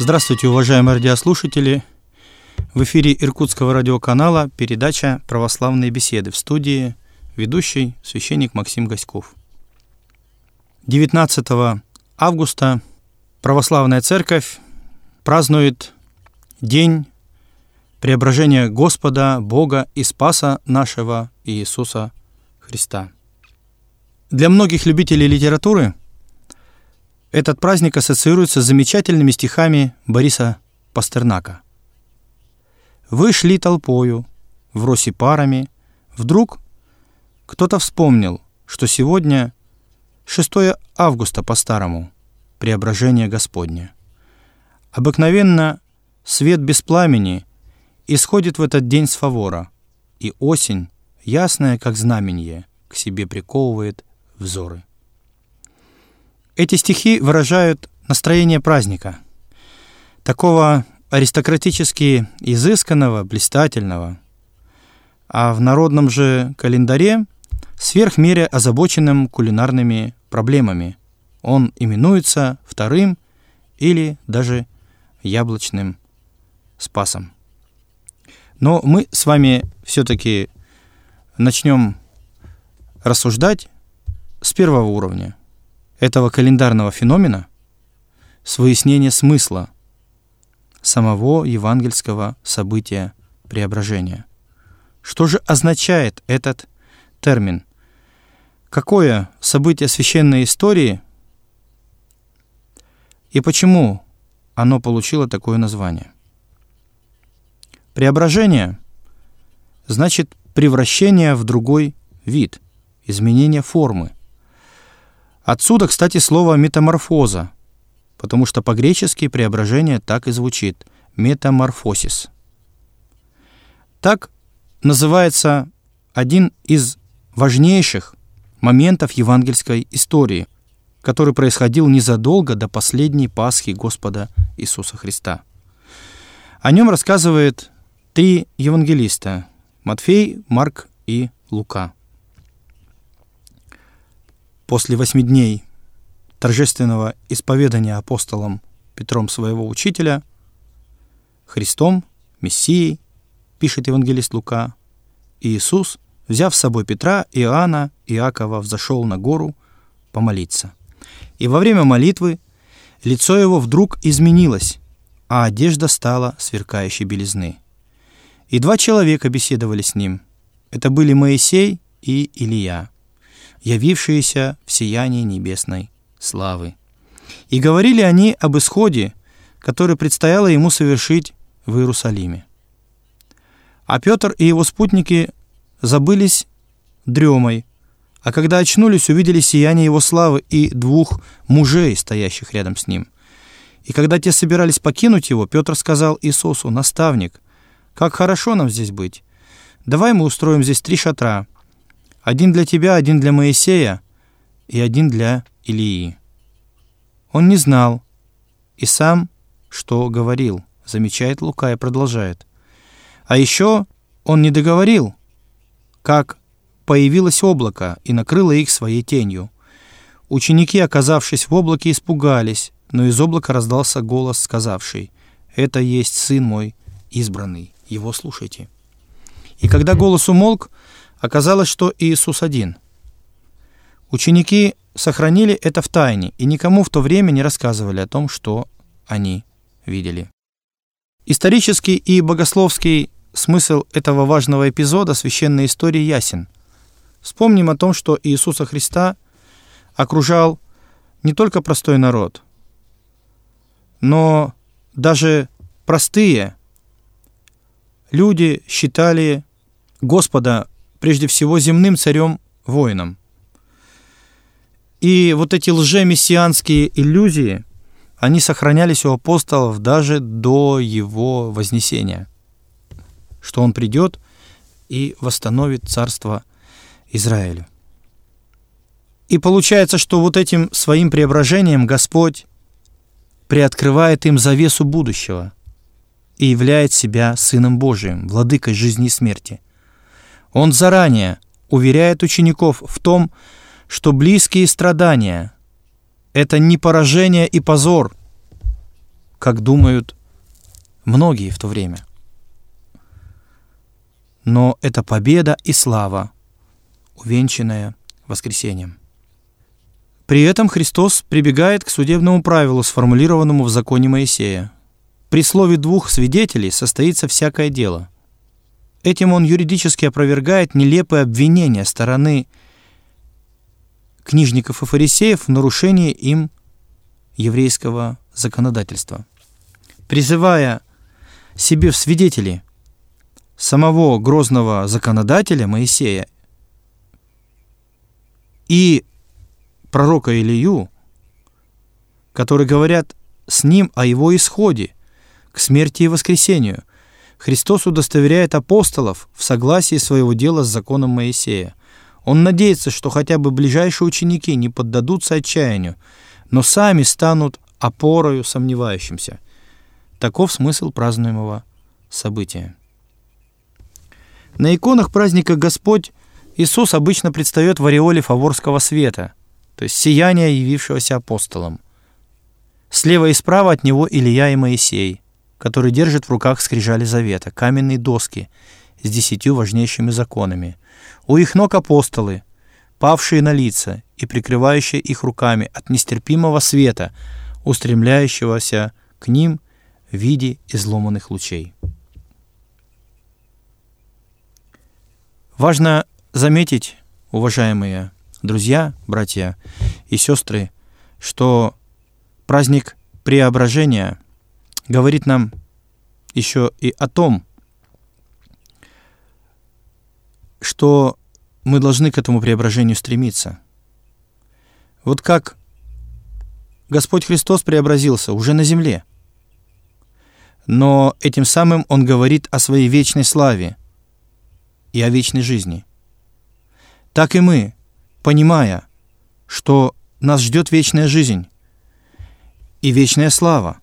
Здравствуйте, уважаемые радиослушатели! В эфире Иркутского радиоканала передача «Православные беседы», в студии ведущий священник Максим Гаськов. 19 августа Православная Церковь празднует День Преображения Господа, Бога и Спаса нашего Иисуса Христа. Для многих любителей литературы этот праздник ассоциируется с замечательными стихами Бориса Пастернака. «Вы шли толпою, вросе парами, вдруг кто-то вспомнил, что сегодня 6 августа по-старому, Преображение Господне. Обыкновенно свет без пламени исходит в этот день с фавора, и осень, ясная как знаменье, к себе приковывает взоры». Эти стихи выражают настроение праздника, такого аристократически изысканного, блистательного, а в народном же календаре сверх меры озабоченным кулинарными проблемами. Он именуется вторым или даже яблочным Спасом. Но мы с вами все-таки начнем рассуждать с первого уровня этого календарного феномена, с выяснения смысла самого евангельского события преображения. Что же означает этот термин? Какое событие священной истории и почему оно получило такое название? Преображение значит превращение в другой вид, изменение формы. Отсюда, кстати, слово «метаморфоза», потому что по-гречески преображение так и звучит – метаморфосис. Так называется один из важнейших моментов евангельской истории, который происходил незадолго до последней Пасхи Господа Иисуса Христа. О нем рассказывает 3 евангелиста – Матфей, Марк и Лука. После 8 дней торжественного исповедания апостолом Петром своего учителя, Христом, Мессией, пишет евангелист Лука, Иисус, взяв с собой Петра, Иоанна, Иакова, взошел на гору помолиться. И во время молитвы лицо его вдруг изменилось, а одежда стала сверкающей белизны. И 2 человека беседовали с ним. Это были Моисей и Илия, явившиеся в сиянии небесной славы. И говорили они об исходе, который предстояло ему совершить в Иерусалиме. А Петр и его спутники забылись дремой, а когда очнулись, увидели сияние его славы и 2 мужей, стоящих рядом с ним. И когда те собирались покинуть его, Петр сказал Иисусу: «Наставник, как хорошо нам здесь быть! Давай мы устроим здесь 3 шатра, 1 для тебя, 1 для Моисея и 1 для Илии». Он не знал и сам, что говорил, замечает Лука и продолжает. А еще он не договорил, как появилось облако и накрыло их своей тенью. Ученики, оказавшись в облаке, испугались, но из облака раздался голос, сказавший: «Это есть Сын мой избранный, его слушайте». И когда голос умолк, оказалось, что Иисус один. Ученики сохранили это в тайне и никому в то время не рассказывали о том, что они видели. Исторический и богословский смысл этого важного эпизода священной истории ясен. Вспомним о том, что Иисуса Христа окружал не только простой народ, но даже простые люди считали Господа прежде всего земным царем-воином. И вот эти лжемессианские иллюзии, они сохранялись у апостолов даже до его вознесения, что он придет и восстановит царство Израилю. И получается, что вот этим своим преображением Господь приоткрывает им завесу будущего и являет себя Сыном Божиим, владыкой жизни и смерти. Он заранее уверяет учеников в том, что близкие страдания – это не поражение и позор, как думают многие в то время. Но это победа и слава, увенчанная воскресением. При этом Христос прибегает к судебному правилу, сформулированному в законе Моисея. При слове двух свидетелей состоится всякое дело. Этим он юридически опровергает нелепые обвинения стороны книжников и фарисеев в нарушении им еврейского законодательства. Призывая себе в свидетели самого грозного законодателя Моисея и пророка Илию, которые говорят с ним о его исходе к смерти и воскресению, Христос удостоверяет апостолов в согласии своего дела с законом Моисея. Он надеется, что хотя бы ближайшие ученики не поддадутся отчаянию, но сами станут опорою сомневающимся. Таков смысл празднуемого события. На иконах праздника Господь Иисус обычно предстает в ореоле фаворского света, то есть сияния, явившегося апостолам. Слева и справа от него Илия и Моисей, который держит в руках скрижали завета, каменные доски с 10 важнейшими законами. У их ног апостолы, павшие на лица и прикрывающие их руками от нестерпимого света, устремляющегося к ним в виде изломанных лучей. Важно заметить, уважаемые друзья, братья и сестры, что праздник Преображения говорит нам еще и о том, что мы должны к этому преображению стремиться. Вот как Господь Христос преобразился уже на земле, но этим самым Он говорит о своей вечной славе и о вечной жизни. Так и мы, понимая, что нас ждет вечная жизнь и вечная слава.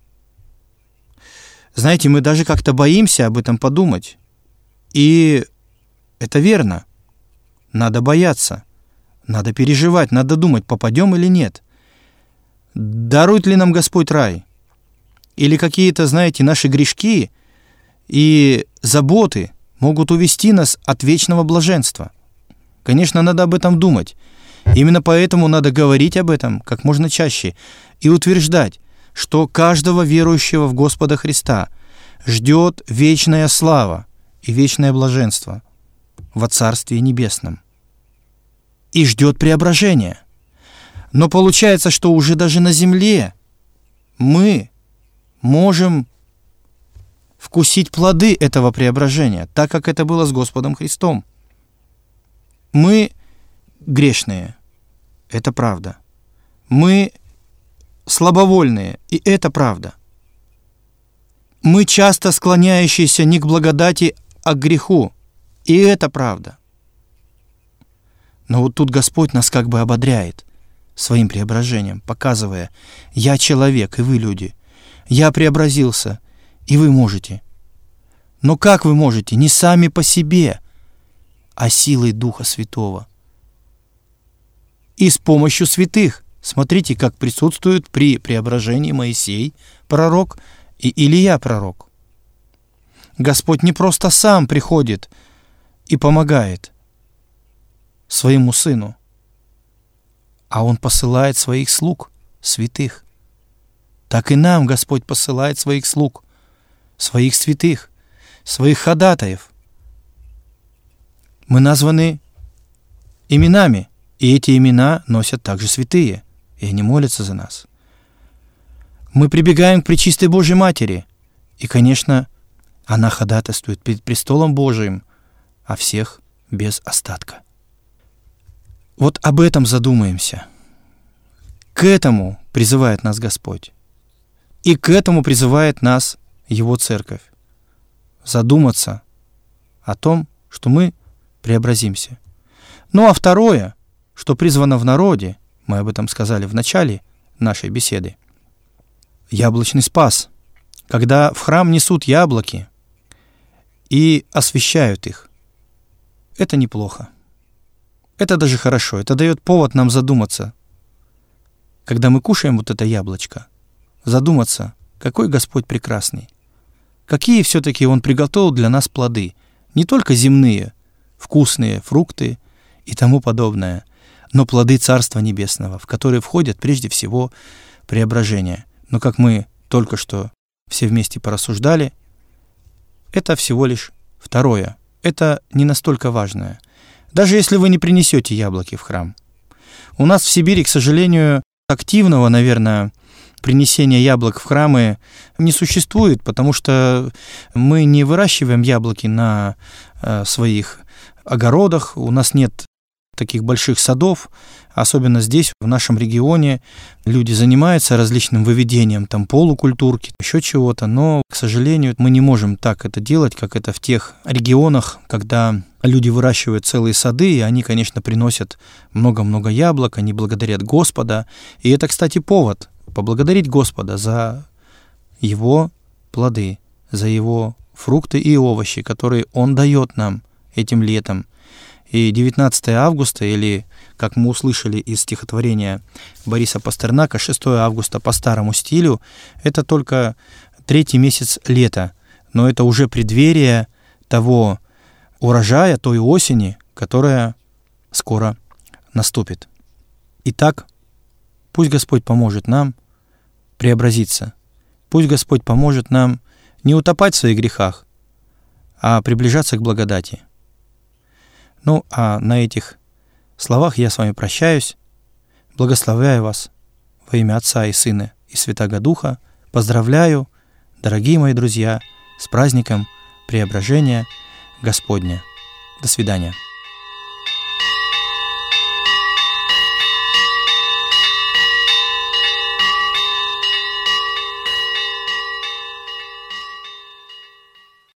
Знаете, мы даже как-то боимся об этом подумать. И это верно. Надо бояться, надо переживать, надо думать, попадем или нет. Дарует ли нам Господь рай? Или какие-то, знаете, наши грешки и заботы могут увести нас от вечного блаженства? Конечно, надо об этом думать. Именно поэтому надо говорить об этом как можно чаще и утверждать, что каждого верующего в Господа Христа ждет вечная слава и вечное блаженство во Царстве Небесном. И ждет преображения. Но получается, что уже даже на земле мы можем вкусить плоды этого преображения, так как это было с Господом Христом. Мы грешные, это правда. Мы слабовольные, и это правда. Мы часто склоняющиеся не к благодати, а к греху, и это правда. Но вот тут Господь нас как бы ободряет своим преображением, показывая: «Я человек, и вы люди. Я преобразился, и вы можете». Но как вы можете? Не сами по себе, а силой Духа Святого. И с помощью святых. Смотрите, как присутствуют при преображении Моисей, пророк, и Илия, пророк. Господь не просто сам приходит и помогает своему Сыну, а Он посылает своих слуг, святых. Так и нам Господь посылает своих слуг, своих святых, своих ходатаев. Мы названы именами, и эти имена носят также святые, и они молятся за нас. Мы прибегаем к Пречистой Божьей Матери, и, конечно, она ходатайствует перед престолом Божиим о всех без остатка. Вот об этом задумаемся. К этому призывает нас Господь. И к этому призывает нас Его Церковь. Задуматься о том, что мы преобразимся. Ну а второе, что призвано в народе, мы об этом сказали в начале нашей беседы, яблочный спас, когда в храм несут яблоки и освящают их. Это неплохо. Это даже хорошо. Это дает повод нам задуматься. Когда мы кушаем вот это яблочко, задуматься, Какой Господь прекрасный! Какие все-таки Он приготовил для нас плоды, не только земные, вкусные фрукты и тому подобное, но плоды Царства Небесного, в которые входят прежде всего преображение. Но как мы только что все вместе порассуждали, это всего лишь второе. Это не настолько важное. Даже если вы не принесете яблоки в храм. У нас в Сибири, к сожалению, активного, наверное, принесения яблок в храмы не существует, потому что мы не выращиваем яблоки на своих огородах, у нас нет таких больших садов, особенно здесь, в нашем регионе, люди занимаются различным выведением там полукультурки, еще чего-то, но, к сожалению, мы не можем так это делать, как это в тех регионах, когда люди выращивают целые сады, и они, конечно, приносят много-много яблок, они благодарят Господа, и это, кстати, повод поблагодарить Господа за Его плоды, за Его фрукты и овощи, которые Он дает нам этим летом. И 19 августа, или, как мы услышали из стихотворения Бориса Пастернака, 6 августа по старому стилю, это только 3-й месяц лета, но это уже преддверие того урожая, той осени, которая скоро наступит. Итак, пусть Господь поможет нам преобразиться. Пусть Господь поможет нам не утопать в своих грехах, а приближаться к благодати. Ну, а на этих словах я с вами прощаюсь. Благословляю вас во имя Отца и Сына и Святаго Духа. Поздравляю, дорогие мои друзья, с праздником Преображения Господня. До свидания.